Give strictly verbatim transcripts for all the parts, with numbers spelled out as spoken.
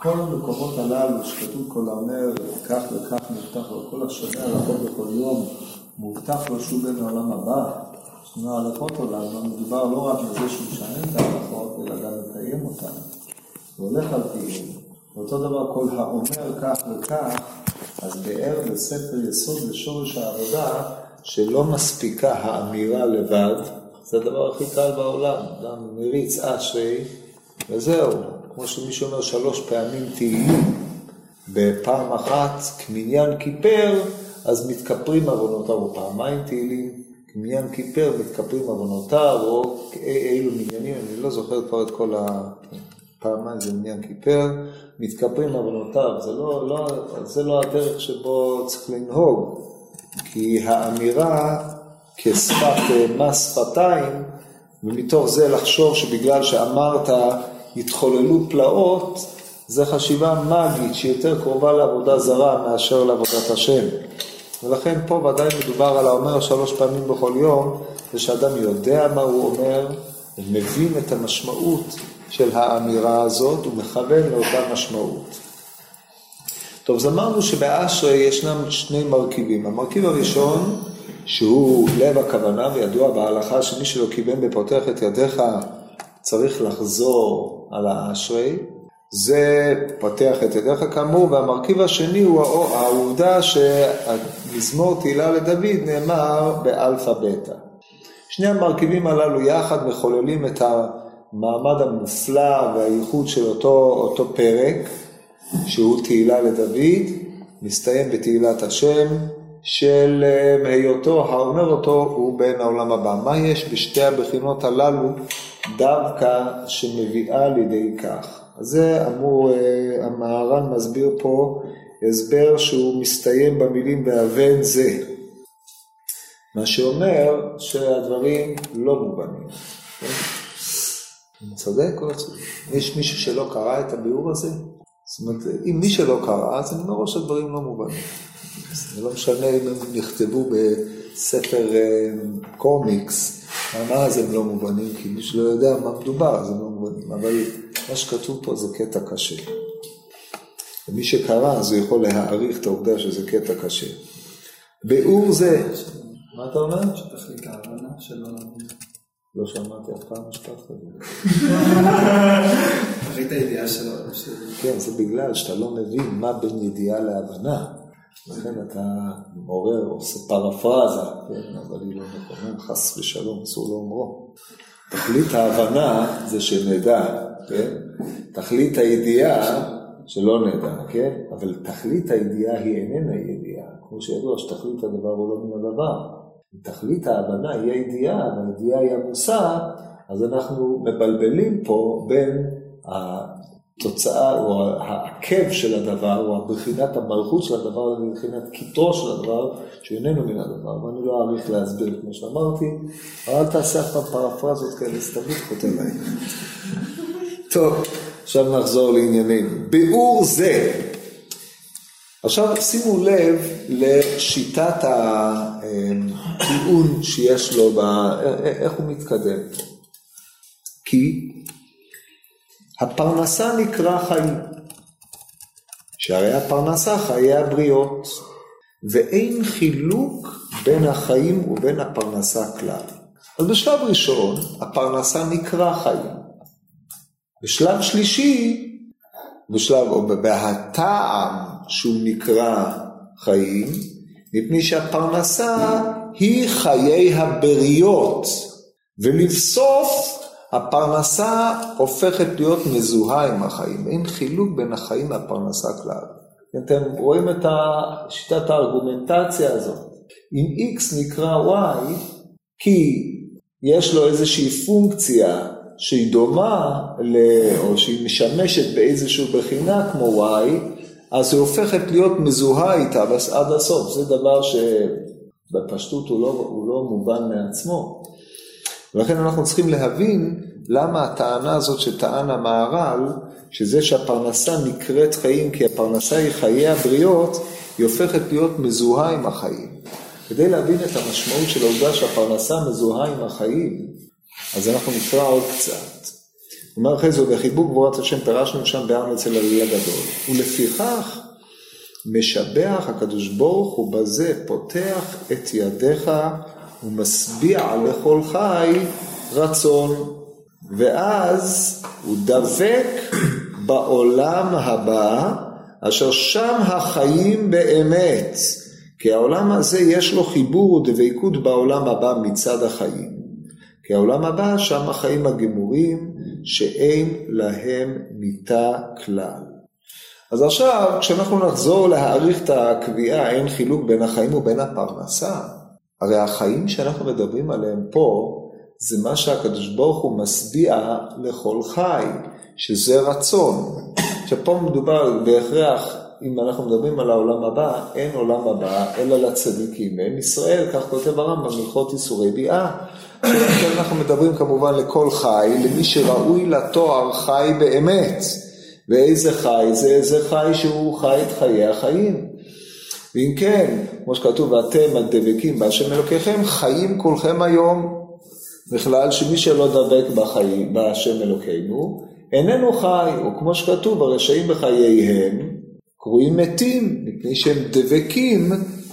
כל המקומות הללו שכתוב כל האומר, כך וכך מובטח לו, כל השונה הלכות בכל יום, מובטח לו שהוא בן העולם הבא. שונה הלכות עולם, מדובר לא רק בזה שהוא משנה את ההלכות, אלא גם לקיים אותן. הוא הולך על פיהם. ואותו דבר, כל האומר כך וכך, אז באר בספר יסוד לשורש העבודה, שלא מספיקה האמירה לבד, זה הדבר הכי קל בעולם. גם מריץ אשרי, וזהו. כמו שמישהו אומר שלוש פעמים תהילים, בפעם אחת כמניין כיפר, אז מתכפרים עוונותיו, או פעמיים תהילים, כמניין כיפר, מתכפרים עוונותיו, או אילו מניינים, אני לא זוכר כבר את כל הפעמיים, זה מניין כיפר, מתכפרים עוונותיו, זה לא, לא, זה לא הדרך שבו צריך לנהוג, כי האמירה כשפת מס שפתיים, ומתוך זה לחשוב שבגלל שאמרת התחוללו פלאות, זה חשיבה מגית שיותר קרובה לעבודה זרה מאשר לעבודת השם. ולכן פה ודאי מדובר על האומר שלוש פעמים בכל יום, זה שאדם יודע מה הוא אומר, ומבין את המשמעות של האמירה הזאת, ומכוון לאותה משמעות. טוב, אז אמרנו שבאשרי ישנם שני מרכיבים. המרכיב הראשון, שהוא לב הכוונה, וידוע בהלכה שמי שלא כיוון בפותח את ידיך, צריך לחזור על האשרי, זה פותח את ידיך כאמור, והמרכיב השני הוא העובדה שהמזמור תהילה לדוד נאמר באלפא בטא. שני המרכיבים הללו יחד מחוללים את המעמד המופלא והייחוד של אותו, אותו פרק, שהוא תהילה לדוד, מסתיים בתהילת השם, של היותו, האומר אותו הוא בן העולם הבא. מה יש בשתי הבחינות הללו דווקא שמביאה לידי כך? אז זה אמור, המהר"ן מסביר פה הסבר שהוא מסתיים במילים והבן זה. מה שאומר שהדברים לא מובנים. אני צודק או לא צודק? יש מישהו שלא קרא את הביאור הזה? זאת אומרת, אם מי שלא קרא, אז אני מראש הדברים לא מובנים. זה לא משנה אם הם נכתבו בספר קומיקס, מה אז הם לא מובנים, כי מי שלא יודע מה מדובר, אז הם לא מובנים. אבל מה שכתוב פה זה קטע קשה. ומי שקרא, אז הוא יכול להעריך את העובדה שזה קטע קשה. ביאור זה, מה אתה אומר? שתחליט ההבנה שלא נבין. לא שמעתי אף פעם משפט כזה. תחליט הידיעה שלו. כן, זה בגלל שאתה לא מבין מה בין ידיעה להבנה. לכן אתה מעורר, עושה פרפרזה, כן, אבל היא לא נכונה, חס ושלום, אסור לא אומרו. תכלית ההבנה זה שנדע, כן? תכלית הידיעה שלא נדע, כן? אבל תכלית הידיעה היא איננה ידיעה. כמו שידוע שתכלית הדבר הוא לא מן הדבר. תכלית ההבנה היא הידיעה, והידיעה היא המושא, אז אנחנו מבלבלים פה בין התוצאה או העקב של הדבר, או בחינת המלכות של הדבר, ובחינת קיטרו של הדבר, שאיננו מן הדבר. ואני לא אעריך להסביר כמו שאמרתי, אבל אל תעשה אף פעם פרפרזות כאלה, סתמיד חותם להם. טוב, עכשיו נחזור לעניינים. ביאור זה. עכשיו שימו לב לשיטת הטיעון שיש לו, איך הוא מתקדם. כי הפרנסה נקרא חיים, שהרי הפרנסה חיי הבריות, ואין חילוק בין החיים ובין הפרנסה כלל. אז בשלב ראשון הפרנסה נקרא חיים. בשלב שלישי, בשלב או בהטעם שהוא נקרא חיים, מפני שהפרנסה היא חיי הבריות, ולבסוף הפרנסה הופכת להיות מזוהה עם החיים. אין חילוק בין החיים והפרנסה כלל. אתם רואים את שיטת הארגומנטציה הזאת. אם X נקרא Y, כי יש לו איזושהי פונקציה שהיא דומה, או שהיא משמשת באיזשהו בחינה כמו Y, אז היא הופכת להיות מזוהה איתה עד הסוף. זה דבר שבפשטות הוא לא, הוא לא מובן מעצמו. ולכן אנחנו צריכים להבין למה הטענה הזאת שטען המהר"ל, שזה שהפרנסה נקראת חיים, כי הפרנסה היא חיי הבריות, היא הופכת להיות מזוהה עם החיים. כדי להבין את המשמעות של העובדה שהפרנסה מזוהה עם החיים, אז אנחנו נקרא עוד קצת. אומר אחרי זה, בחיבוק גבורת השם פירשנו שם בעם אצל הליל הגדול. ולפיכך משבח הקדוש ברוך הוא בזה פותח את ידיך ומשביע לכל חי רצון. ואז הוא דבק בעולם הבא, אשר שם החיים באמת. כי העולם הזה יש לו חיבור ודבקות בעולם הבא מצד החיים. כי העולם הבא שם החיים הגמורים שאין להם מיתה כלל. אז עכשיו כשאנחנו נחזור להעריך את הקביעה אין חילוק בין החיים ובין הפרנסה, הרי החיים שאנחנו מדברים עליהם פה זה מה שהקדוש ברוך הוא משביע לכל חי, שזה רצון. שפה מדובר בהכרח, אם אנחנו מדברים על העולם הבא, אין עולם הבא אלא לצדיקים. אין ישראל, כך כותב הרמב"ם בהלכות איסורי ביאה. אנחנו מדברים כמובן לכל חי, למי שראוי לתואר חי באמת. ואיזה חי? זה איזה חי שהוא חי את חיי החיים. ואם כן, כמו שכתוב, ואתם הדבקים בהשם אלוקיכם, חיים כולכם היום. בכלל שמי שלא דבק בחיים, בהשם אלוקינו, איננו חי, או כמו שכתוב, הרשעים בחייהם, קרויים מתים, מפני שהם דבקים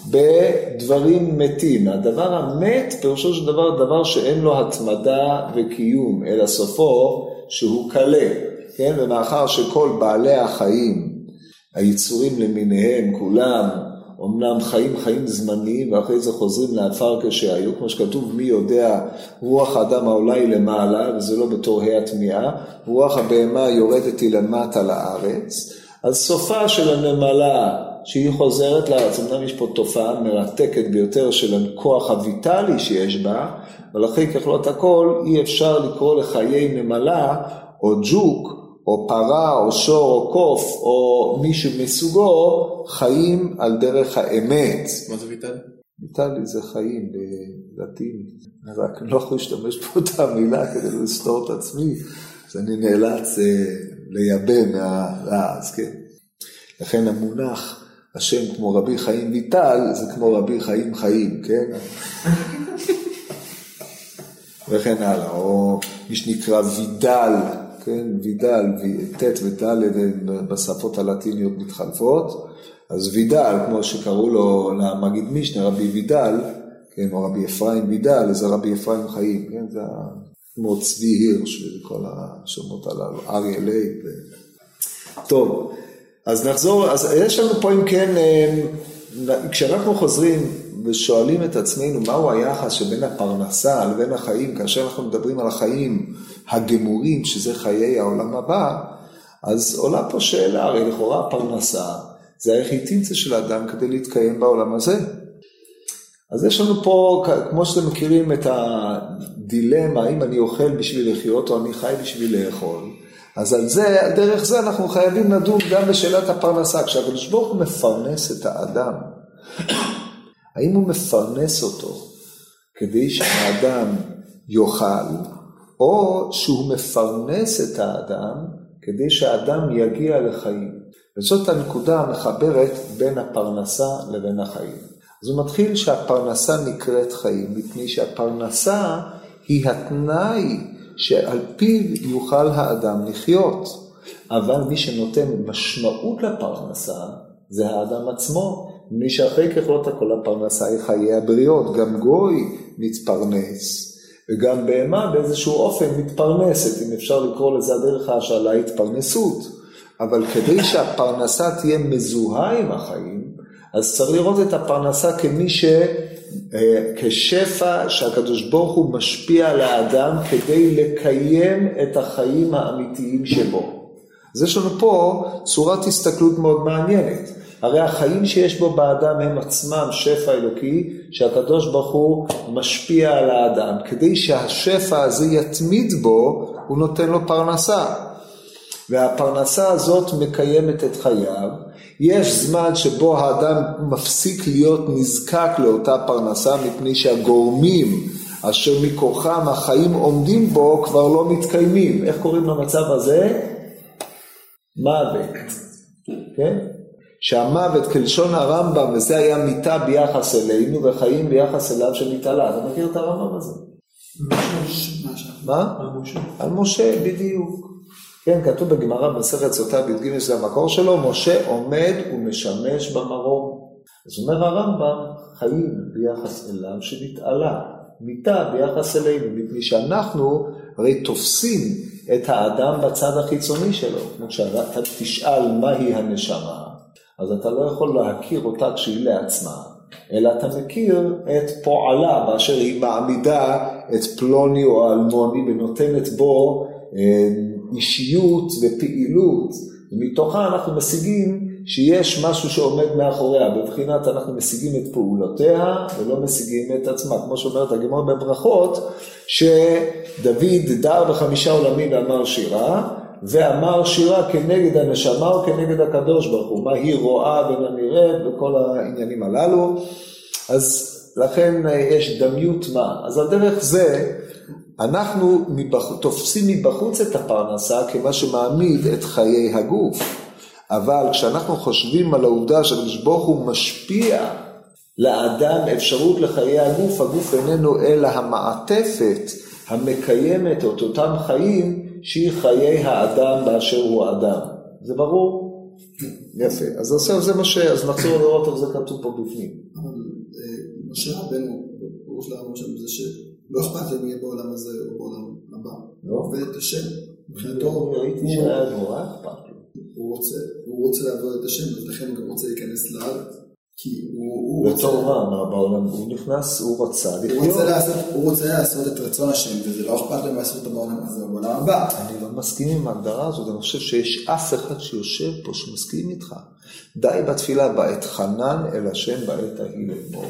בדברים מתים. הדבר המת, פירושו של דבר, דבר שאין לו התמדה וקיום, אלא סופו שהוא קלה. כן? ומאחר שכל בעלי החיים, היצורים למיניהם, כולם, אמנם חיים חיים זמניים, ואחרי זה חוזרים לעפר כשהיו, כמו שכתוב, מי יודע, רוח האדם העולה היא למעלה, וזה לא בתור התמיעה, רוח הבהמה יורדת היא למטה לארץ, אז סופה של הנמלה, שהיא חוזרת לארץ, אמנם יש פה תופעה מרתקת ביותר של הכוח הויטלי שיש בה, אבל אחרי ככלות הכל, אי אפשר לקרוא לחיי נמלה, או ג'וק, או פרה, או שור, או קוף, או מישהו מסוגו, חיים על דרך האמת. מה זה ויטלי? ויטלי זה חיים בלטינית. רק אני לא יכול להשתמש פה את המילה כדי לסתור את עצמי, אז אני נאלץ לייבא מהרעז, כן? לכן המונח, השם כמו רבי חיים ויטל, זה כמו רבי חיים חיים, כן? וכן הלאה, או מי שנקרא וידל, כן, וידל, תת ודל בשפות הלטיניות מתחלפות, אז וידל, כמו שקראו לו למגיד משנה, רבי וידל, כן, או רבי אפרים וידל, זה רבי אפרים חיים, כן, זה כמו צבי הירש וכל השמות הללו, אריה לייב. טוב, אז נחזור, אז יש לנו פה אם כן, כשאנחנו חוזרים ושואלים את עצמנו מהו היחס שבין הפרנסה לבין החיים, כאשר אנחנו מדברים על החיים הגמורים, שזה חיי העולם הבא, אז עולה פה שאלה, הרי לכאורה הפרנסה, זה היחידינציה של האדם כדי להתקיים בעולם הזה. אז יש לנו פה, כמו שאתם מכירים את הדילמה, האם אני אוכל בשביל לחיות או אני חי בשביל לאכול, אז על זה, דרך זה אנחנו חייבים לדון גם בשאלת הפרנסה, כשהקדוש ברוך הוא מפרנס את האדם, האם הוא מפרנס אותו כדי שהאדם יאכל, או שהוא מפרנס את האדם כדי שהאדם יגיע לחיים. וזאת הנקודה המחברת בין הפרנסה לבין החיים. אז הוא מתחיל שהפרנסה נקראת חיים, מפני שהפרנסה היא התנאי שעל פיו יוכל האדם לחיות. אבל מי שנותן משמעות לפרנסה זה האדם עצמו. מי שאחרי ככלות הכל הפרנסה היא חיי הבריות, גם גוי מתפרנס. וגם בהמה באיזשהו אופן מתפרנסת, אם אפשר לקרוא לזה הדרך השאלה התפרנסות. אבל כדי שהפרנסה תהיה מזוהה עם החיים, אז צריך לראות את הפרנסה כמי ש... כשפע שהקדוש ברוך הוא משפיע על האדם כדי לקיים את החיים האמיתיים שבו. אז יש לנו פה צורת הסתכלות מאוד מעניינת. הרי החיים שיש בו באדם הם עצמם שפע אלוקי שהקדוש ברוך הוא משפיע על האדם. כדי שהשפע הזה יתמיד בו, הוא נותן לו פרנסה. והפרנסה הזאת מקיימת את חייו. יש זמן שבו האדם מפסיק להיות נזקק לאותה פרנסה, מפני שהגורמים אשר מכוחם החיים עומדים בו כבר לא מתקיימים. איך קוראים למצב הזה? מוות. כן? שהמוות כלשון הרמב"ם, וזה היה מיתה ביחס אלינו, וחיים ביחס אליו שמתעלה. אתה מכיר את הרמב"ם הזה? מה? על משה, בדיוק. כן, כתוב בגמרא במסכת סוטה בית ג' זה המקור שלו, משה עומד ומשמש במרום. אז אומר הרמב"ם, חיים ביחס אליו שנתעלה, מיתה ביחס אלינו, מפני שאנחנו הרי תופסים את האדם בצד החיצוני שלו. כמו כשאתה תשאל מהי הנשמה, אז אתה לא יכול להכיר אותה כשהיא לעצמה, אלא אתה מכיר את פועלה, באשר היא מעמידה את פלוני או אלמוני, ונותנת בו אישיות ופעילות, ומתוכה אנחנו משיגים שיש משהו שעומד מאחוריה, בבחינת אנחנו משיגים את פעולותיה ולא משיגים את עצמה, כמו שאומרת הגמרא בברכות, שדוד דר בחמישה עולמים ואמר שירה, ואמר שירה כנגד הנשמה או כנגד הקדוש ברוך הוא, מה היא רואה בין הנראית וכל העניינים הללו, אז לכן יש דמיות מה, אז הדרך זה, אנחנו מבח... תופסים מבחוץ את הפרנסה כמה שמעמיד את חיי הגוף, אבל כשאנחנו חושבים על העובדה שהקדוש ברוך הוא משפיע לאדם אפשרות לחיי הגוף, הגוף איננו אלא המעטפת המקיימת את אותם חיים שהיא חיי האדם באשר הוא האדם. זה ברור? יפה. אז עכשיו זה מה ש... אז נחזור לראות איך זה כתוב פה בפנים. אבל משה רבנו, פירוש לעולם שם זה שלא אכפת לנו יהיה בעולם הזה או בעולם הבא. לא? עובד את השם. מבחינתו, ראיתי שהיה נורא אכפת לו. הוא רוצה, הוא רוצה לעבוד את השם, ולכן הוא גם רוצה להיכנס לארץ. כי הוא רוצה... בתור מה, בעולם, הוא נכנס, הוא רצה לחיות. הוא רוצה לעשות את רצון השם, וזה לא אכפת להם לעשות את בעולם הזה או בעולם הבא. אני לא מסכים עם ההגדרה הזאת, אני חושב שיש אף אחד שיושב פה שמסכים איתך. די בתפילה בעת חנן אל השם בעת ההיא לאמור.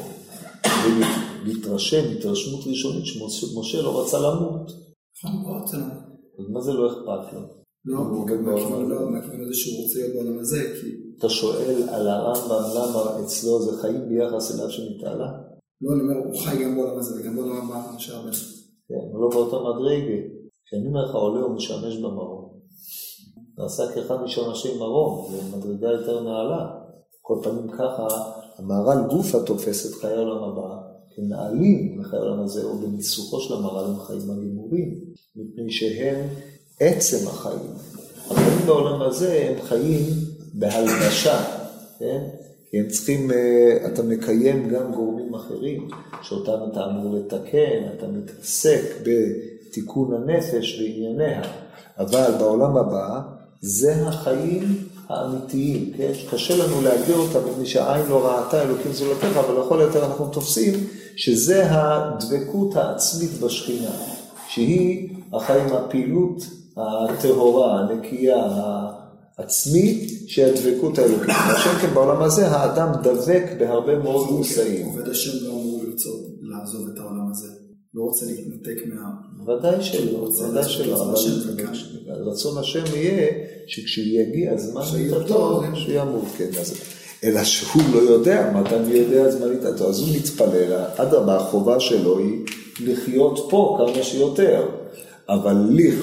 ולהתרשם, התרשמות ראשונית שמשה לא רצה למות. לא רצה למות. אז מה זה לא אכפת לו? לא, הוא מכוון לזה שהוא רוצה להיות בעולם הזה, כי... אתה שואל על הרמב"ם למה אצלו זה חיים ביחס אליו שנתעלה? לא, אני אומר, הוא חי גם בעולם הזה וגם בעולם הבא, משה רבנו. כן, אבל לא באותה מדרגה. כשאני אומר לך עולה הוא משמש במרום. נעשה כאחד משמשי מרום, זה מדרגה יותר נעלה. כל פנים ככה, המהר"ל גופה תופס את חיי העולם הבא, כנעלים בחיי העולם הזה, או בניסוחו של המהר"ל הם חיים הלימורים, מפני שהם עצם החיים. החיים בעולם הזה הם חיים בהלבשה, כן? כי הם צריכים, אתה מקיים גם גורמים אחרים, שאותם אתה אמור לתקן, אתה מתעסק בתיקון הנפש וענייניה, אבל בעולם הבא זה החיים האמיתיים, כן? קשה לנו להגדיר אותם, מפני שהעין לא ראתה, אלוקים זולתך, אבל לכל יותר אנחנו תופסים שזה הדבקות העצמית בשכינה, שהיא החיים, הפעילות הטהורה, הנקייה, העצמית, שהדבקות האלוקית. עכשיו כן, בעולם הזה האדם דבק בהרבה מאוד מושאים. עובד השם לא אמור לרצות לעזוב את העולם הזה. לא רוצה להתנתק מה... ודאי שלא, ודאי שלא. אבל רצון השם יהיה שכשיגיע הזמן להתעתו, שימות, כן. אלא שהוא לא יודע, מתי הוא יודע הזמן להתעתו, אז הוא מתפלל. אדרבה, החובה שלו היא לחיות פה כמה שיותר. אבל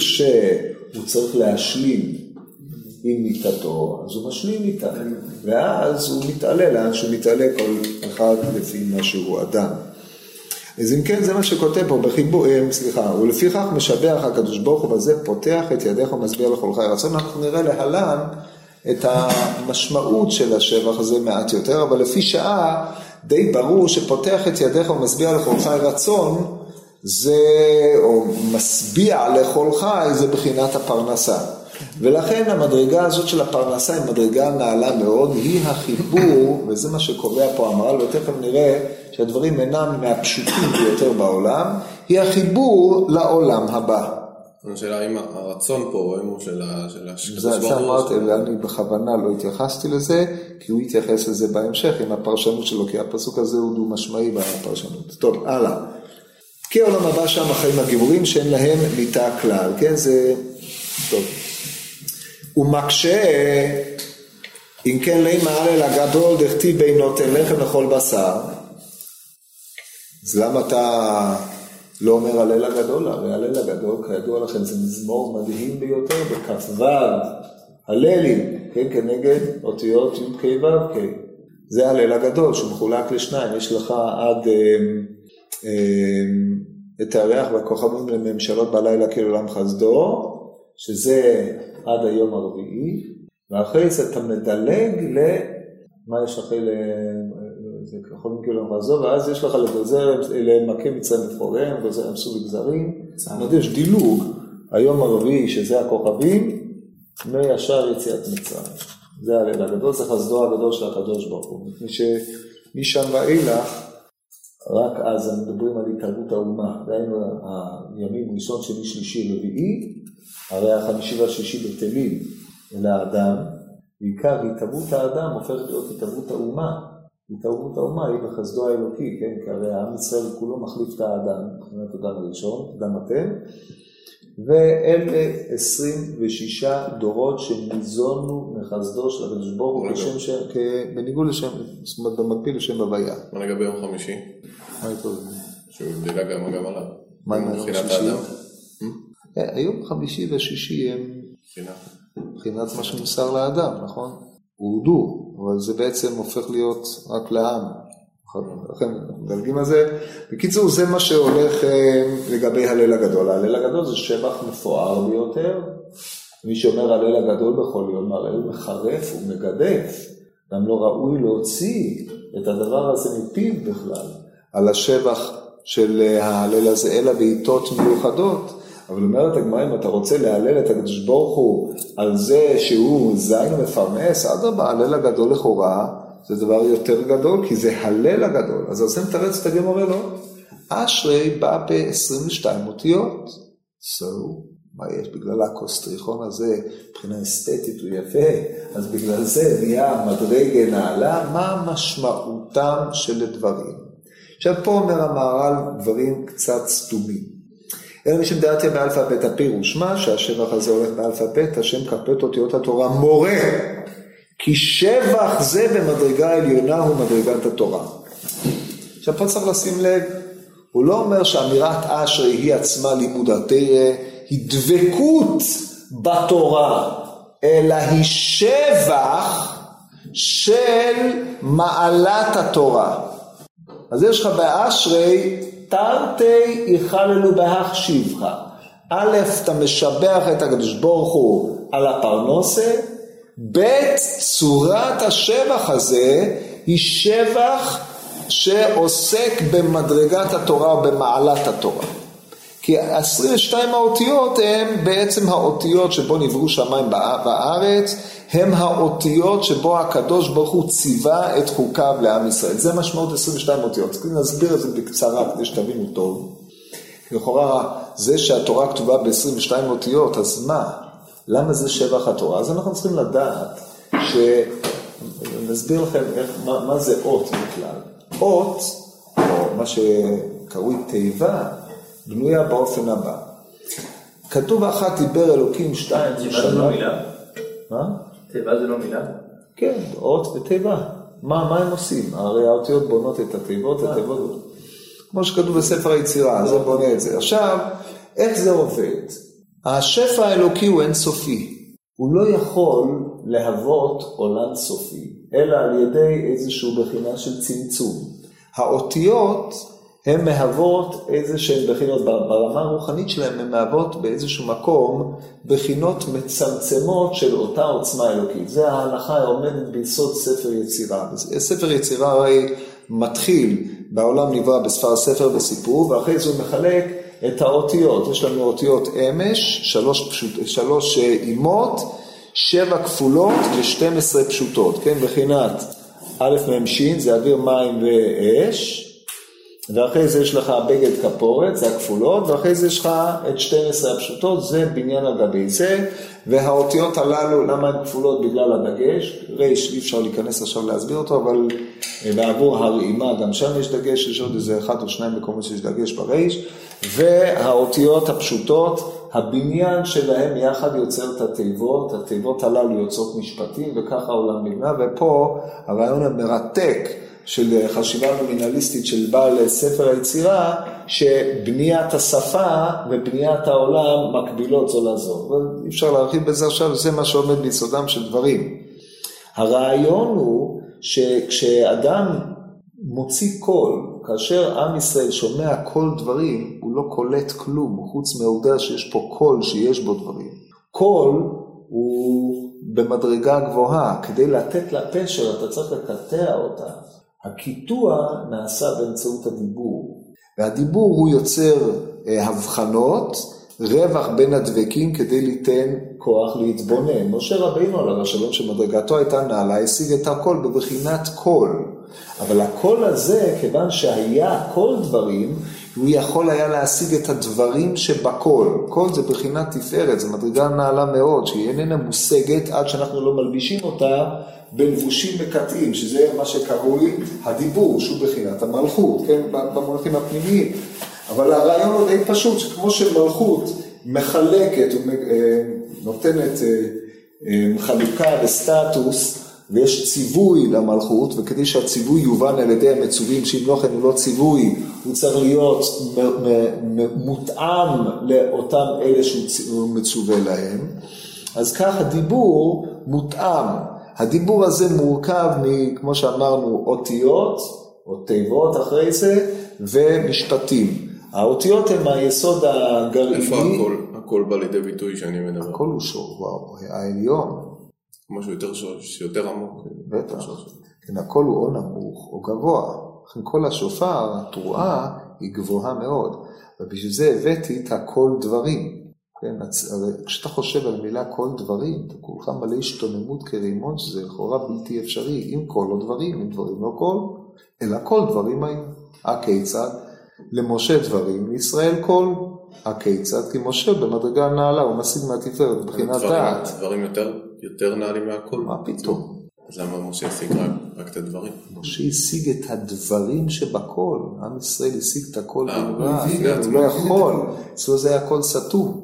לכשהוא צריך להשלים עם מיטתו, אז הוא משלים איתה. ואז הוא מתעלה לאן שהוא מתעלה כל אחד לפי מה שהוא אדם. אז אם כן, זה מה שכותב פה בחיבור, סליחה, ולפיכך משבח הקדוש ברוך הוא, וזה פותח את ידיך ומשביע לכל חי רצון. אנחנו נראה להלן את המשמעות של השבח הזה מעט יותר, אבל לפי שעה די ברור שפותח את ידיך ומשביע לכל חי רצון, זה, או משביע לכל חי, זה בחינת הפרנסה. ולכן המדרגה הזאת של הפרנסה היא מדרגה נעלה מאוד, היא החיבור, וזה מה שקובע פה המהר"ל, ותכף נראה שהדברים אינם מהפשוטים ביותר בעולם, היא החיבור לעולם הבא. השאלה אם הרצון פה, או אם של השקדוש ברוך הוא. זה אמרתי, ואני בכוונה לא התייחסתי לזה, כי הוא התייחס לזה בהמשך, עם הפרשנות שלו, כי הפסוק הזה הוא דו משמעי בפרשנות. טוב, הלאה. כי העולם הבא שם החיים הגיבורים שאין להם מיתה כלל, כן, זה טוב. ומקשה, אם כן לימה הלל הגדול דכתיב בין נותן לחם לכל בשר, אז למה אתה לא אומר הלל הגדול? הרי הלל הגדול, כידוע לכם, זה מזמור מדהים ביותר, בכ"ו הללים, כן, כנגד אותיות י' ק' ו' ק'. זה הלל הגדול, שהוא מחולק לשניים, יש לך עד... את הירח והכוכבים לממשלות בלילה כאילו עולם חסדו, שזה עד היום הרביעי, ואחרי זה אתה מדלג מה יש אחרי זה יכולים כאילו לעזוב, ואז יש לך לגזר, למכה מצרים לפוריהם, גזר עמסו לגזרים, זאת אומרת, יש דילוג, היום הרביעי, שזה הכוכבים, מישר יציאת מצרים. זה הליל הגדול, זה חסדו הגדול של הקדוש ברוך הוא. מפני שמשם ואילך, רק אז הם מדברים על התערבות האומה, דהיינו הימים ראשון, שני, שלישי, רביעי, הרי החמישי והשישי בטלים אל האדם, בעיקר התערבות האדם הופכת להיות התערבות האומה. התערבות האומה היא בחסדו האלוקי, כן? כי הרי העם ישראל כולו מחליף את האדם, מבחינת אדם הראשון, אדם אתם, ואלה עשרים ושישה דורות שניזונו מחסדו של הקדוש ברוך הוא, בשם שם, בניגוד לשם, זאת אומרת במקביל לשם הוויה. מה לגבי יום חמישי? מה איתו זה? שהוא דילג גם גם עליו. מה עם היום שישי? היום חמישי ושישי הם מבחינת מה שמוסר לאדם, נכון? הורדו, אבל זה בעצם הופך להיות רק לעם. לכן, מדלגים על זה. בקיצור, זה מה שהולך לגבי הליל הגדול. הליל הגדול זה שבח מפואר ביותר. מי שאומר הליל הגדול בכל יום, הרי הוא מחרף, הוא מגדף. גם לא ראוי להוציא את הדבר הזה מפיו בכלל, על השבח של הליל הזה, אלא בעיתות מיוחדות. אבל אומרת הגמרא, אם אתה רוצה להלל את הקדוש ברוך הוא על זה שהוא זין ומפרנס, אדרבה, הליל הגדול לכאורה, זה דבר יותר גדול, כי זה הליל הגדול. אז עושים תרץ את הגמרא לו, אשרי בא ב-עשרים ושתיים אותיות. So, מה יש? בגלל הקוסטריכון הזה, מבחינה אסתטית הוא יפה, אז בגלל זה נהיה מדרגה נעלה, מה משמעותם של הדברים? עכשיו פה אומר המהר"ל דברים קצת סתומים. אלא משם דעתיה באלפא בית הפירוש, מה שהשבח הזה הולך באלפא בית, השם כפת אותיות התורה מורה, כי שבח זה במדרגה העליונה הוא מדרגת התורה. עכשיו פה צריך לשים לב, הוא לא אומר שאמירת אשרי היא עצמה לימוד התורה, היא דבקות בתורה, אלא היא שבח של מעלת התורה. אז יש לך באשרי, תרתי יחללו בהך שיבך. א', אתה משבח את הקדוש ברוך הוא על הפרנסה, ב', צורת השבח הזה היא שבח שעוסק במדרגת התורה או במעלת התורה. כי עשרים ושתיים האותיות הן בעצם האותיות שבו נבראו שמיים בארץ, הם האותיות שבו הקדוש ברוך הוא ציווה את חוקיו לעם ישראל. זה משמעות עשרים ושתיים אותיות. אז נסביר את זה בקצרה כדי שתבינו טוב. לכאורה זה שהתורה כתובה ב-עשרים ושתיים אותיות, אז מה? למה זה שבח התורה? אז אנחנו צריכים לדעת שנסביר לכם איך, מה, מה זה אות בכלל. אות, או מה שקרוי תיבה, בנויה באופן הבא. כתוב אחת דיבר אלוקים שתיים. תיבה זה לא מילה? מה? תיבה זה לא מילה? כן, אות ותיבה. מה, מה הם עושים? הרי האותיות בונות את התיבות, התיבות, כמו שכתוב בספר היצירה, זה בונה את זה. עכשיו, איך זה עובד? השפע האלוקי הוא אינסופי. הוא לא יכול להוות עולם סופי, אלא על ידי איזשהו בחינה של צמצום. האותיות הן מהוות איזשהן בחינות, ברמה הרוחנית שלהן הן מהוות באיזשהו מקום בחינות מצמצמות של אותה עוצמה אלוקית. זה ההלכה העומדת ביסוד ספר יצירה. ספר יצירה הרי מתחיל בעולם נברא בספר ספר וסיפור, ואחרי זה הוא מחלק את האותיות. יש לנו אותיות אמש, שלוש, פשוט, שלוש אימות, שבע כפולות ו-שתים עשרה פשוטות. כן, בחינת א' ממשין, זה אוויר מים ואש, ואחרי זה יש לך בגד כפורת, זה הכפולות, ואחרי זה יש לך את שתים עשרה הפשוטות, זה בניין על גבי זה, והאותיות הללו, למה הן כפולות? בגלל הדגש, ריש, אי אפשר להיכנס עכשיו להסביר אותו, אבל בעבור הרעימה, גם שם יש דגש, יש עוד איזה אחד או שניים מקומות שיש דגש בריש, והאותיות הפשוטות, הבניין שלהם יחד יוצר את התיבות, התיבות הללו יוצרות משפטים, וככה העולם נבנה, ופה הרעיון המרתק, של חשיבה נומינליסטית של בעל ספר היצירה, שבניית השפה ובניית העולם מקבילות זו לזו. אי אפשר להרחיב בזה עכשיו, זה מה שעומד ביסודם של דברים. הרעיון הוא שכשאדם מוציא קול, כאשר עם ישראל שומע כל דברים, הוא לא קולט כלום, חוץ מהעובדה שיש פה קול שיש בו דברים. קול הוא במדרגה גבוהה, כדי לתת לה פשר אתה צריך לקטע אותה. הקיטוע נעשה באמצעות הדיבור, והדיבור הוא יוצר אה, הבחנות, רווח בין הדבקים כדי ליתן כוח להתבונן. משה רבינו עליו השלום שמדרגתו הייתה נעלה, השיג את הכל בבחינת קול. אבל הקול הזה, כיוון שהיה כל דברים, הוא יכול היה להשיג את הדברים שבקול. קול זה בחינת תפארת, זה מדרגה נעלה מאוד, שהיא איננה מושגת עד שאנחנו לא מלבישים אותה בלבושים מקטעים, שזה מה שקרוי הדיבור, שהוא בחינת המלכות, כן? במונחים הפנימיים. אבל הרעיון הוא די פשוט, שכמו שמלכות מחלקת ונותנת חלוקה וסטטוס, ויש ציווי למלכות, וכדי שהציווי יובן על ידי המצווים, שאם לא כן הוא לא ציווי, הוא צריך להיות מותאם לאותם אלה שהוא מצווה להם. אז כך הדיבור מותאם. הדיבור הזה מורכב כמו שאמרנו, אותיות, או תיבות אחרי זה, ומשפטים. האותיות הן היסוד הגרעיני. איפה הכל? הכל בא לידי ביטוי שאני מדבר. הכל הוא שור, וואו, העליון. משהו יותר, יותר עמוק. בטח. כן, הכל הוא או נמוך או גבוה. לכן כל השופר, התרועה, היא גבוהה מאוד. ובשביל זה הבאתי את הכל דברים. כן, כשאתה חושב על מילה כל דברים, אתה כולך מלא השתוממות כרימון, שזה לכאורה בלתי אפשרי. אם כל לא דברים, אם דברים לא כל, אלא כל דברים היו. הכיצד? למשה דברים, לישראל כל. הכיצד? כי משה במדרגה נעלה, הוא משיג מהתפארת בחינת דעת. דברים יותר, יותר נעלים מהכל. מה פתאום? אז למה משה השיג רק, רק את הדברים? משה השיג את הדברים שבכל. עם ישראל השיג את הכל בלבד. הוא לא יכול. אצלו זה היה הכל סתום.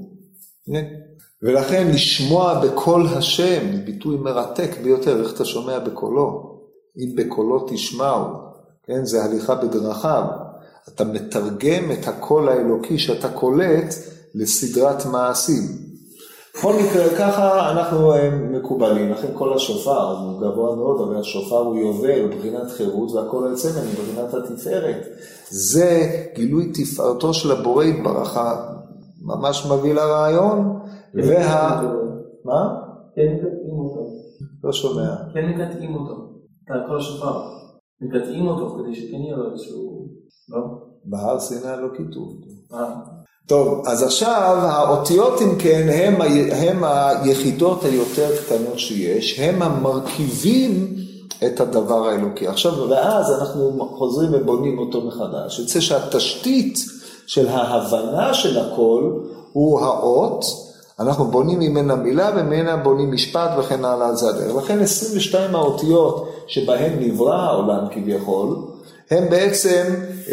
ולכן לשמוע בקול השם, ביטוי מרתק ביותר, איך אתה שומע בקולו? אם בקולו תשמעו, כן? זה הליכה בדרכיו. אתה מתרגם את הקול האלוקי שאתה קולט לסדרת מעשים. בכל מקרה, ככה אנחנו מקובלים, לכן כל השופר הוא גבוה מאוד, אבל השופר הוא יובל, בבחינת חירות, והכל היוצא ממנו בבחינת התפארת. זה גילוי תפארתו של הבורא יתברך, ממש מביא לרעיון, וה... מה? כן מקטעים אותו. לא שומע. כן מקטעים אותו. כל השופר. מקטעים אותו כדי שכן יהיה לו איזשהו... לא? בהר סיני לא כיתוב. אה. טוב, אז עכשיו האותיות אם כן הם, הם היחידות היותר קטנות שיש, הם המרכיבים את הדבר האלוקי. עכשיו, ואז אנחנו חוזרים ובונים אותו מחדש. יוצא שהתשתית של ההבנה של הכל הוא האות, אנחנו בונים ממנה מילה וממנה בונים משפט וכן הלאה זה הדרך. לכן עשרים ושתיים האותיות שבהן נברא העולם כביכול, הם בעצם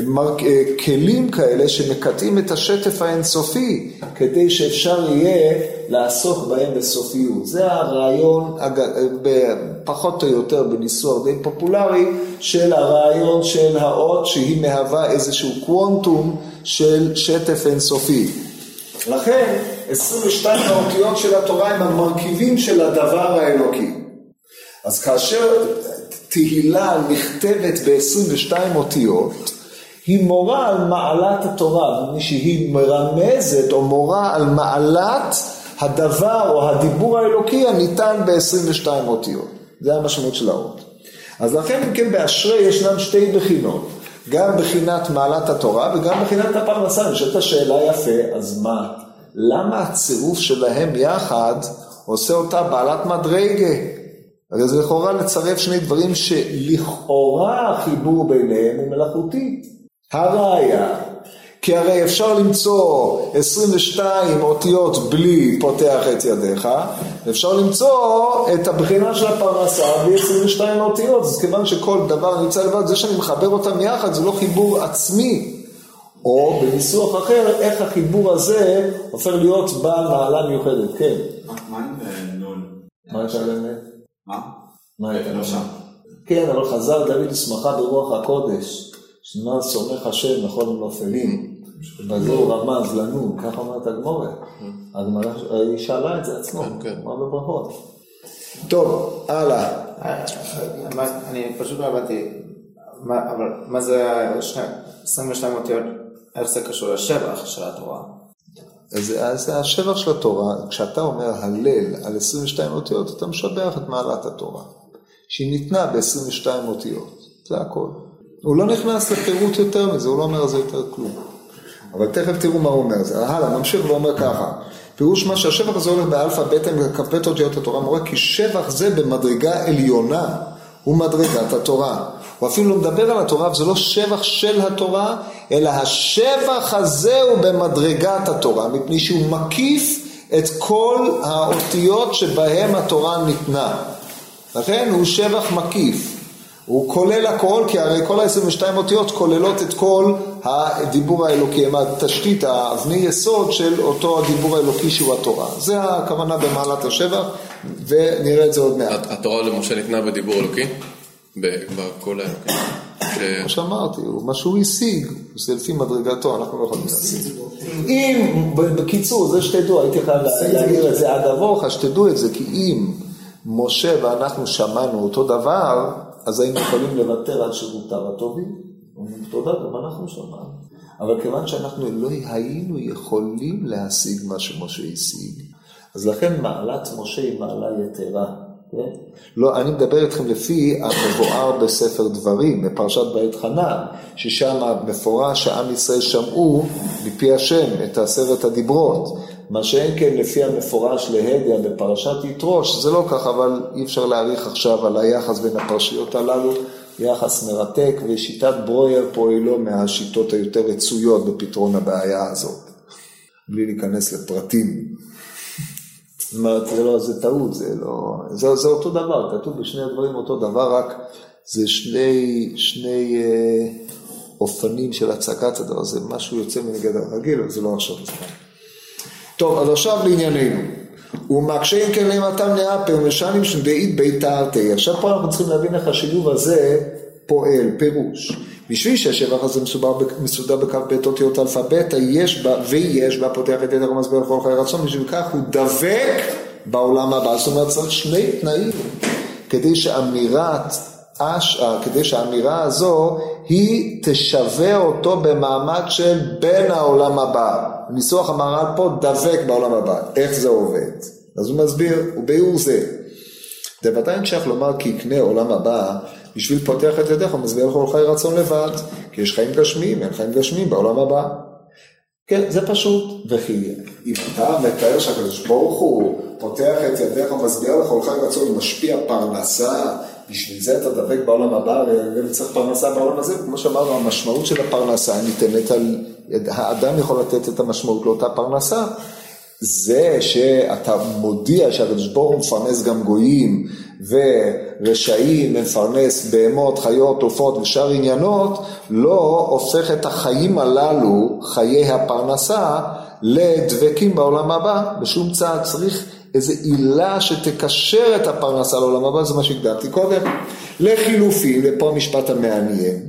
כלים כאלה שמקטעים את השטף האינסופי, כדי שאפשר יהיה לעסוק בהם בסופיות. זה הרעיון, פחות או יותר בניסוח די פופולרי, של הרעיון של האות, שהיא מהווה איזשהו קוונטום של שטף אינסופי. לכן, עשרים ושתיים האותיות של התורה הם המרכיבים של הדבר האלוקי. אז כאשר תהילה נכתבת ב-עשרים ושתיים אותיות, היא מורה על מעלת התורה, שהיא מרמזת או מורה על מעלת הדבר או הדיבור האלוקי הניתן ב-עשרים ושתיים אותיות. זה המשמעות של האות. אז לכן אם כן באשרי ישנן שתי בחינות, גם בחינת מעלת התורה וגם בחינת הפרנסה. נשאלת השאלה יפה, אז מה? למה הצירוף שלהם יחד עושה אותה בעלת מדרגה? הרי זה לכאורה לצרף שני דברים שלכאורה החיבור ביניהם הוא מלאכותי. הראיה, כי הרי אפשר למצוא עשרים ושתיים אותיות בלי פותח את ידיך, אפשר למצוא את הבחינה של הפרנסה בלי עשרים ושתיים אותיות, אז כיוון שכל דבר נמצא לבד, זה שאני מחבר אותם יחד, זה לא חיבור עצמי. או בניסוח אחר, איך החיבור הזה הופך להיות בעל מעלה מיוחדת, כן. מה עם נון? מה הייתה באמת? מה? מה הייתה לא שם. כן, אבל חזר דוד לשמחה ברוח הקודש, שנאמר סומך השם לכל הנופלים, ובזה הוא רמז לנו, ככה אומרת הגמורה. הגמרא, היא שאלה את זה עצמו, מה בברכות. טוב, הלאה. אני פשוט לא הבנתי, אבל מה זה עשרים ושתיים אותיות, איך זה קשור לשבח של התורה? אז, אז השבח של התורה, כשאתה אומר הלל על עשרים ושתיים אותיות, אתה משבח את מעלת התורה, שהיא ניתנה ב-עשרים ושתיים אותיות, זה הכל. הוא לא נכנס לפירוט יותר מזה, הוא לא אומר על זה יותר כלום. אבל תכף תראו מה הוא אומר, זה הלאה, ממשיך ואומר ככה, פירוש מה שהשבח הזה הולך באלפא בטא כ"ב אותיות התורה, מורה כי שבח זה במדרגה עליונה, הוא מדרגת התורה. הוא אפילו לא מדבר על התורה, וזה לא שבח של התורה, אלא השבח הזה הוא במדרגת התורה, מפני שהוא מקיף את כל האותיות שבהם התורה ניתנה. לכן הוא שבח מקיף. הוא כולל הכל, כי הרי כל ה-עשרים ושתיים אותיות כוללות את כל הדיבור האלוקי, התשתית, האבני יסוד של אותו הדיבור האלוקי שהוא התורה. זה הכוונה במעלת השבח, ונראה את זה עוד מעט. התורה למשה ניתנה בדיבור אלוקי? בכל האלוקי? כמו שאמרתי, מה שהוא השיג, זה לפי מדרגתו, אנחנו לא יכולים להשיג. אם, בקיצור, זה שתדעו, הייתי חייב להעיר את זה עד עבורך, שתדעו את זה, כי אם משה ואנחנו שמענו אותו דבר, אז היינו יכולים לוותר על שירותיו הטובים, תודה, גם אנחנו שמענו. אבל כיוון שאנחנו לא היינו יכולים להשיג מה שמשה השיג, אז לכן מעלת משה היא מעלה יתרה. כן? לא, אני מדבר איתכם לפי המבואר בספר דברים, בפרשת בית חנן, ששם מפורש שעם ישראל שמעו מפי השם את עשרת הדיברות. מה שאין כן לפי המפורש להדיה בפרשת יתרו, שזה לא כך, אבל אי אפשר להעריך עכשיו על היחס בין הפרשיות הללו, יחס מרתק, ושיטת ברויר פועלו מהשיטות היותר רצויות בפתרון הבעיה הזאת, בלי להיכנס לפרטים. זאת אומרת, זה לא, זה טעות, זה לא, זה, זה אותו דבר, כתוב בשני הדברים אותו דבר, רק זה שני, שני אה, אופנים של הצגת הדבר, זה משהו יוצא מנגד הרגיל, אבל זה לא עכשיו זמן. טוב, אז עכשיו לענייננו. ומקשה כן למתם נאפר משנים שדעית ביתרתי. עכשיו פה אנחנו צריכים להבין איך השילוב הזה פועל, פירוש. בשביל שהשבח הזה מסודר בקו בית אותיות אלפא בטא, יש בה, ויש בה פותח את יתר ומסביר לכל חיי רצון, בשביל כך הוא דבק בעולם הבא. זאת אומרת, צריך שני תנאים, כדי שאמירת אשעה, כדי שהאמירה הזו, היא תשווה אותו במעמד של בין העולם הבא. ניסוח המהר"ל פה דבק בעולם הבא. איך זה עובד? אז הוא מסביר, וביאור זה. דוודאי נשאר לומר כי יקנה עולם הבא, בשביל פותח את ידך, הוא מסביר לכל חיי רצון לבד. כי יש חיים גשמיים, אין חיים גשמיים בעולם הבא. כן, זה פשוט. וכי אם אתה מתאר שהקדוש ברוך הוא פותח את ידך, הוא מסביר לכל חיי רצון, הוא משפיע פרנסה, בשביל זה אתה דבק בעולם הבא, וצריך פרנסה בעולם הזה, כמו שאמרנו, המשמעות של הפרנסה ניתנת על, האדם יכול לתת את המשמעות לאותה פרנסה, זה שאתה מודיע שהקדוש ברוך הוא מפרנס גם גויים, ורשעים מפרנס בהמות, חיות, עופות ושאר עניינות, לא הופך את החיים הללו, חיי הפרנסה, לדבקים בעולם הבא, בשום צעד צריך איזו עילה שתקשר את הפרנסה לעולם הבא, זה מה שהקדמתי קודם. לחילופין, ופה המשפט המעניין,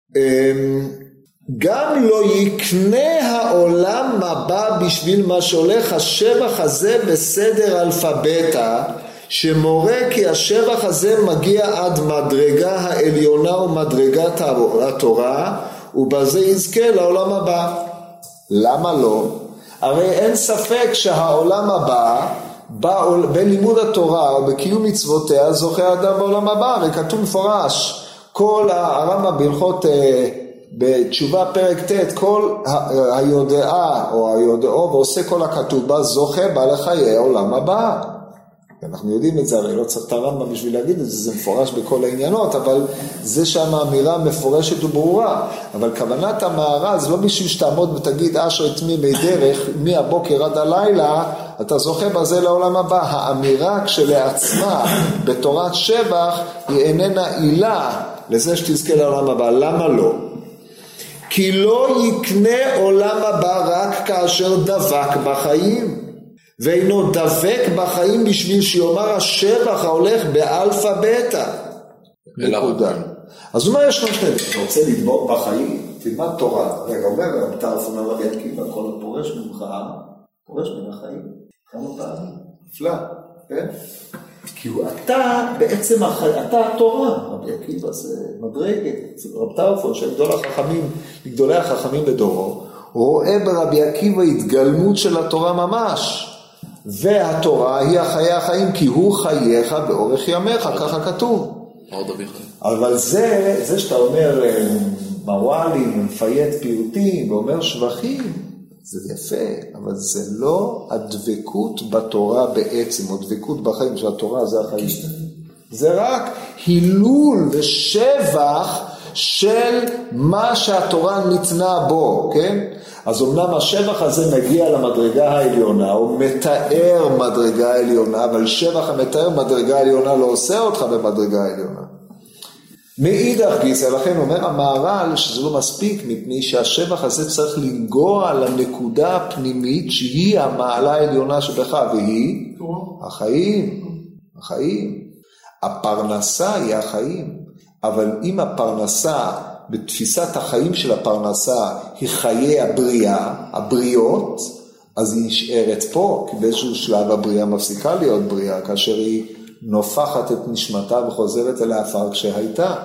גם לא יקנה העולם הבא בשביל מה שהולך השבח הזה בסדר אלפא בטא, שמורה כי השבח הזה מגיע עד מדרגה העליונה ומדרגת התורה, ובזה יזכה לעולם הבא. למה לא? הרי אין ספק שהעולם הבא, בלימוד התורה או בקיום מצוותיה זוכה האדם בעולם הבא, וכתוב מפורש, כל הרמב"ם בהלכות בתשובה פרק ט', כל היודעה או היודעו ועושה כל הכתוב בה זוכה בה לחיי העולם הבא. אנחנו יודעים את זה, הרי לא צריך את הרמב"ם בשביל להגיד את זה, זה מפורש בכל העניינות, אבל זה שם האמירה מפורשת וברורה. אבל כוונת המהר"ל זה לא בשביל שתעמוד ותגיד אשר את מי מי דרך, מהבוקר עד הלילה, אתה זוכה בזה לעולם הבא. האמירה כשלעצמה בתורת שבח היא איננה עילה לזה שתזכה לעולם הבא. למה לא? כי לא יקנה עולם הבא רק כאשר דבק בחיים. ואינו דבק בחיים בשביל שיאמר השבח ההולך באלפא בטא. נקודה. אז מה יש לנו שני? אתה רוצה לדבוק בחיים? תלמד תורה. רגע, אומר רב טרפון הרב עקיבא, כל הפורש ממך, פורש מן החיים. כמה פעמים? נפלא, כן? כי אתה בעצם החיים, אתה התורה. רב עקיבא זה מדרגת. רב טרפון של גדול החכמים, גדולי החכמים בדורו, רואה ברבי עקיבא התגלמות של התורה ממש, והתורה היא החיי החיים, כי הוא חייך באורך ימיך, ככה כתוב. אבל זה, זה שאתה אומר מוואלים, מפייט פיוטים ואומר שבחים, זה יפה, אבל זה לא הדבקות בתורה בעצם, או דבקות בחיים, שהתורה זה החיים. זה רק הילול ושבח של מה שהתורה ניתנה בו, כן? אז אמנם השבח הזה מגיע למדרגה העליונה, הוא מתאר מדרגה העליונה, אבל שבח המתאר מדרגה העליונה לא עושה אותך במדרגה העליונה. מאידך גיסא, לכן אומר המהר"ל שזה לא מספיק, מפני שהשבח הזה צריך לנגוע לנקודה הפנימית שהיא המעלה העליונה שבך, והיא החיים, החיים. הפרנסה היא החיים, אבל אם הפרנסה, בתפיסת החיים של הפרנסה, היא חיי הבריאה, הבריאות, אז היא נשארת פה, כי באיזשהו שלב הבריאה מפסיקה להיות בריאה, כאשר היא נופחת את נשמתה וחוזרת אל האפר כשהייתה.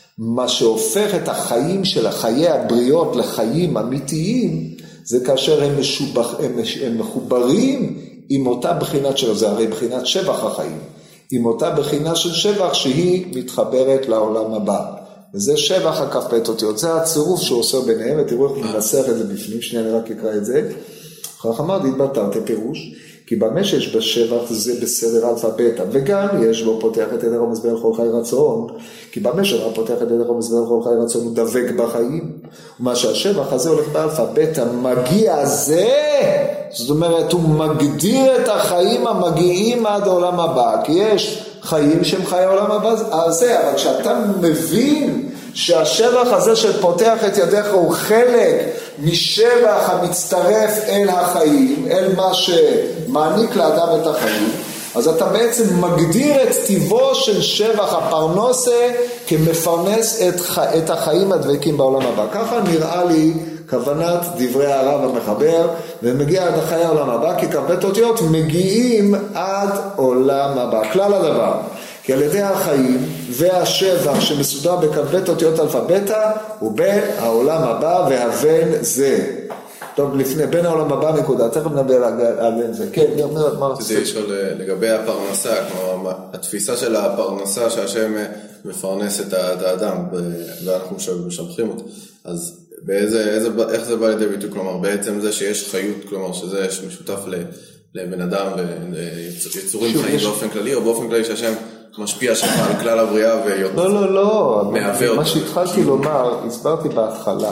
מה שהופך את החיים של החיי הבריאות לחיים אמיתיים, זה כאשר הם, משובח, הם, הם מחוברים עם אותה בחינת של זה, הרי בחינת שבח החיים, עם אותה בחינה של שבח שהיא מתחברת לעולם הבא. וזה שבח הכ"פ אותיות, זה הצירוף שהוא עושה ביניהם, ותראו איך הוא מנסח את זה בפנים, שנייה אני רק אקרא את זה. כך אמרתי, התבטרתי פירוש, כי במה שיש בשבח זה בסדר אלפא בטא, וגם יש בו פותח את ידי רמז בין כל חי רצון, כי במה שרק פותח את ידי רמז בין כל חי רצון הוא דבק בחיים, ומה שהשבח הזה הולך באלפא בטא, מגיע זה, זאת אומרת הוא מגדיר את החיים המגיעים עד העולם הבא, כי יש חיים שהם חיי העולם הבא הזה, אבל כשאתה מבין שהשבח הזה שפותח את ידיך הוא חלק משבח המצטרף אל החיים, אל מה שמעניק לאדם את החיים, אז אתה בעצם מגדיר את טיבו של שבח הפרנסה כמפרנס את, את החיים הדבקים בעולם הבא. ככה נראה לי כוונת דברי הרב המחבר, ומגיע עד חיי העולם הבא, כי כ"ב אותיות מגיעים עד עולם הבא. כלל הדבר, כי על ידי החיים והשבח שמסודר בכ"ב אותיות אלפא בטא, הוא בין העולם הבא והבן זה. טוב, לפני, בין העולם הבא נקודה, תכף נדבר על זה. כן, מה רצית? זה לשאול לגבי הפרנסה, כלומר, התפיסה של הפרנסה שהשם מפרנס את האדם, ואנחנו משבחים אותו, אז באיזה, איזה, איך זה בא לידי ביטוי? כלומר, בעצם זה שיש חיות, כלומר, שזה משותף לבן אדם ויצורים חיים באופן כללי, או באופן כללי שהשם משפיע שם על כלל הבריאה ויותר לא, לא, לא. מהווה אותו. מה שהתחלתי לומר, הסברתי בהתחלה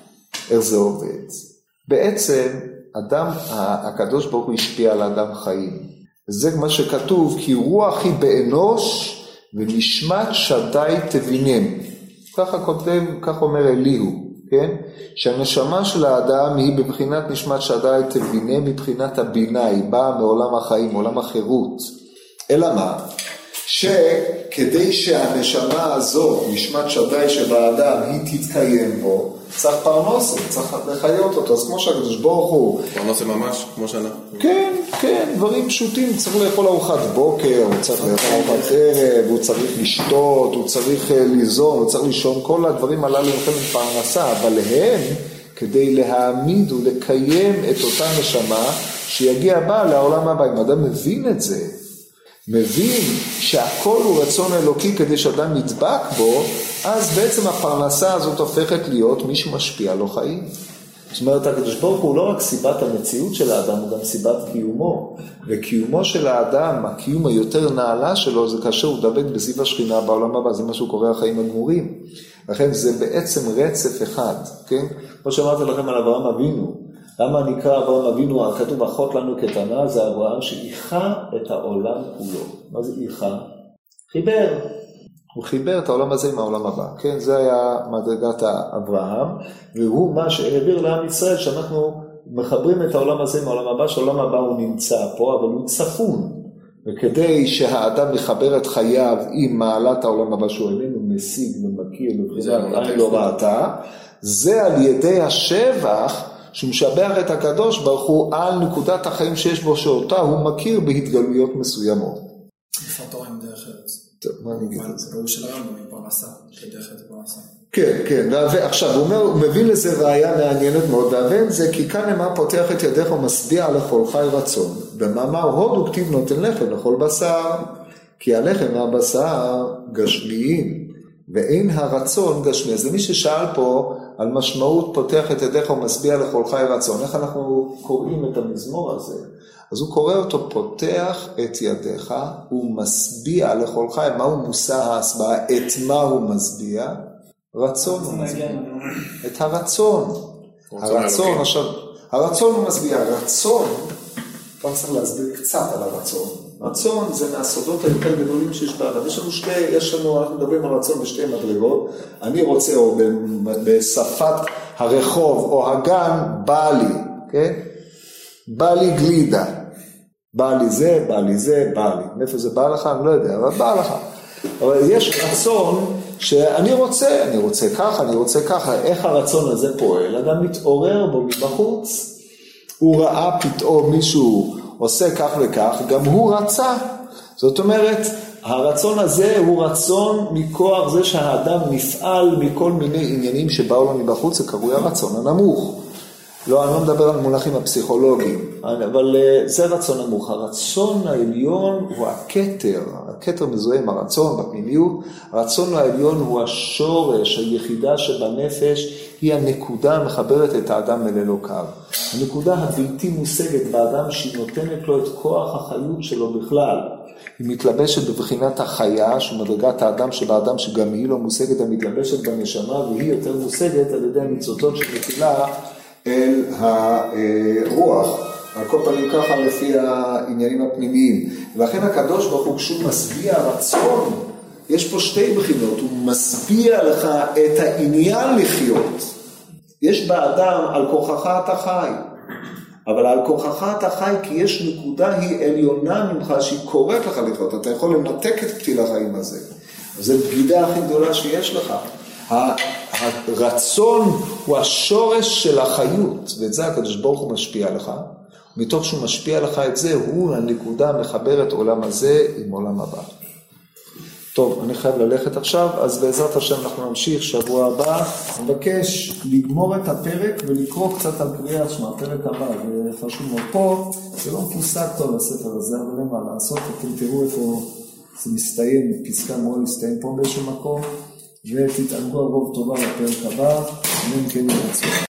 איך זה עובד. בעצם, אדם, הקדוש ברוך הוא השפיע על אדם חיים. זה מה שכתוב, כי רוח היא באנוש ונשמת שדי תבינם. ככה כותב, כך אומר אליהו, כן? שהנשמה של האדם היא בבחינת נשמת שדי תבינם, מבחינת הבינה, היא באה מעולם החיים, מעולם החירות. אלא מה? שכדי שהנשמה הזו, נשמת שדי שבאדם, היא תתקיים בו, צריך פרנסה, צריך לחיות אותו. אז כמו שהקדוש ברוך הוא... פרנסה ממש, כמו שאנחנו. כן, כן, דברים פשוטים. צריך לאכול ארוחת בוקר, הוא צריך לאכול ארוחת ערב, הוא צריך לשתות, הוא צריך ליזום, הוא צריך לישון, כל הדברים הללו יכולים פרנסה, אבל הם, כדי להעמיד ולקיים את אותה נשמה, שיגיע בה לעולם הבא. אם אדם מבין את זה, מבין שהכל הוא רצון אלוקי כדי שאדם ידבק בו, אז בעצם הפרנסה הזאת הופכת להיות מי שמשפיע לו חיים. זאת אומרת, הקדוש ברוך הוא לא רק סיבת המציאות של האדם, הוא גם סיבת קיומו. וקיומו של האדם, הקיום היותר נעלה שלו, זה כאשר הוא דבק בזיו השכינה בעולם הבא, זה מה שהוא קורא החיים הגמורים. לכן זה בעצם רצף אחד, כן? כמו שאמרתי לכם על אברהם אבינו, למה נקרא אברהם אבינו, כתוב אחות לנו קטנה, זה אברהם שאיכה את העולם כולו. מה זה איכה? חיבר. הוא חיבר את העולם הזה עם העולם הבא. כן, זה היה מדרגת אברהם, והוא מה שהעביר לעם ישראל, שאנחנו מחברים את העולם הזה עם העולם הבא, שהעולם הבא הוא נמצא פה, אבל הוא צפון. וכדי שהאדם מחבר את חייו עם מעלת העולם הבא, שהוא איננו משיג ומכיר, ובחינת עין לא ראתה, זה על ידי השבח, שהוא משבח את הקדוש ברוך הוא על נקודת החיים שיש בו, שאותה הוא מכיר בהתגלויות מסוימות. איפה התורה עם דרך ארץ? טוב, מה אני אגיד את זה? פירוש של הרמב"ם, פרנסה, שדרך את הפרנסה. כן, כן, ועכשיו הוא אומר, הוא מביא לזה ראיה מעניינת מאוד, והבן זה כי כאן למה פותח את ידך ומשביע לכל חי רצון, במאמר הודו כתיב נותן לחם לכל בשר, כי הלחם והבשר גשמיים, ואין הרצון גשמי. אז למי ששאל פה על משמעות פותח את ידך ומשביע לכל חי רצון, איך אנחנו קוראים את המזמור הזה? אז הוא קורא אותו, פותח את ידך ומשביע לכל חי. מהו מושא ההסבעה? את מה הוא משביע? רצון הוא משביע. את הרצון. הרצון, עכשיו, הרצון הוא משביע. רצון, כבר צריך להסביר קצת על הרצון. רצון זה מהסודות היותר גדולים שיש באדם. יש לנו שתי, יש לנו, אנחנו מדברים על רצון בשתי מדרגות. אני רוצה, או בשפת הרחוב או הגן, בא לי, כן? בא לי גלידה. בא לי זה, בא לי זה, בא לי. מאיפה זה בא לך? אני לא יודע, אבל בא לך. אבל יש רצון שאני רוצה, אני רוצה ככה, אני רוצה ככה. איך הרצון הזה פועל? אדם מתעורר בו מבחוץ. הוא ראה פתאום מישהו עושה כך וכך, גם הוא רצה. זאת אומרת, הרצון הזה הוא רצון מכוח זה שהאדם נפעל מכל מיני עניינים שבאו לו מבחוץ, זה קרוי הרצון הנמוך. לא, אני לא מדבר על מונחים הפסיכולוגיים, אבל זה רצון נמוך. הרצון העליון הוא הכתר, הכתר מזוהה עם הרצון בפנימיות. הרצון העליון הוא השורש, היחידה שבנפש, היא הנקודה המחברת את האדם אל אלוקיו. הנקודה הבלתי מושגת באדם שהיא נותנת לו את כוח החיות שלו בכלל. היא מתלבשת בבחינת החיה, שהוא מדרגת האדם שבאדם שגם היא לא מושגת, המתלבשת בנשמה, והיא יותר מושגת על ידי הניצוצות שמטילה אל הרוח. על כל פנים ככה לפי העניינים הפנימיים. ולכן הקדוש ברוך הוא כשהוא משביע רצון, יש פה שתי בחינות, הוא משביע לך את העניין לחיות. יש באדם על כוחך אתה חי, אבל על כוחך אתה חי כי יש נקודה היא עליונה ממך שהיא קוראת לך לחיות. אתה יכול לנתק את פתיל החיים הזה. זו בגידה הכי גדולה שיש לך. הרצון הוא השורש של החיות, ואת זה הקדוש ברוך הוא משפיע לך. מתוך שהוא משפיע לך את זה, הוא הנקודה מחברת עולם הזה עם עולם הבא. טוב, אני חייב ללכת עכשיו, אז בעזרת השם אנחנו נמשיך שבוע הבא. אני מבקש לגמור את הפרק ולקרוא קצת על קריאת שמע, הפרק הבא, זה חשוב מאוד פה, זה לא מפוסק טוב לספר הזה, אבל אין מה לעשות, אתם תראו איפה זה מסתיים, פסקה מאוד מסתיים פה באיזשהו מקום, ותתענגו הרוב טובה לפרק הבא, אמן כן ירצו.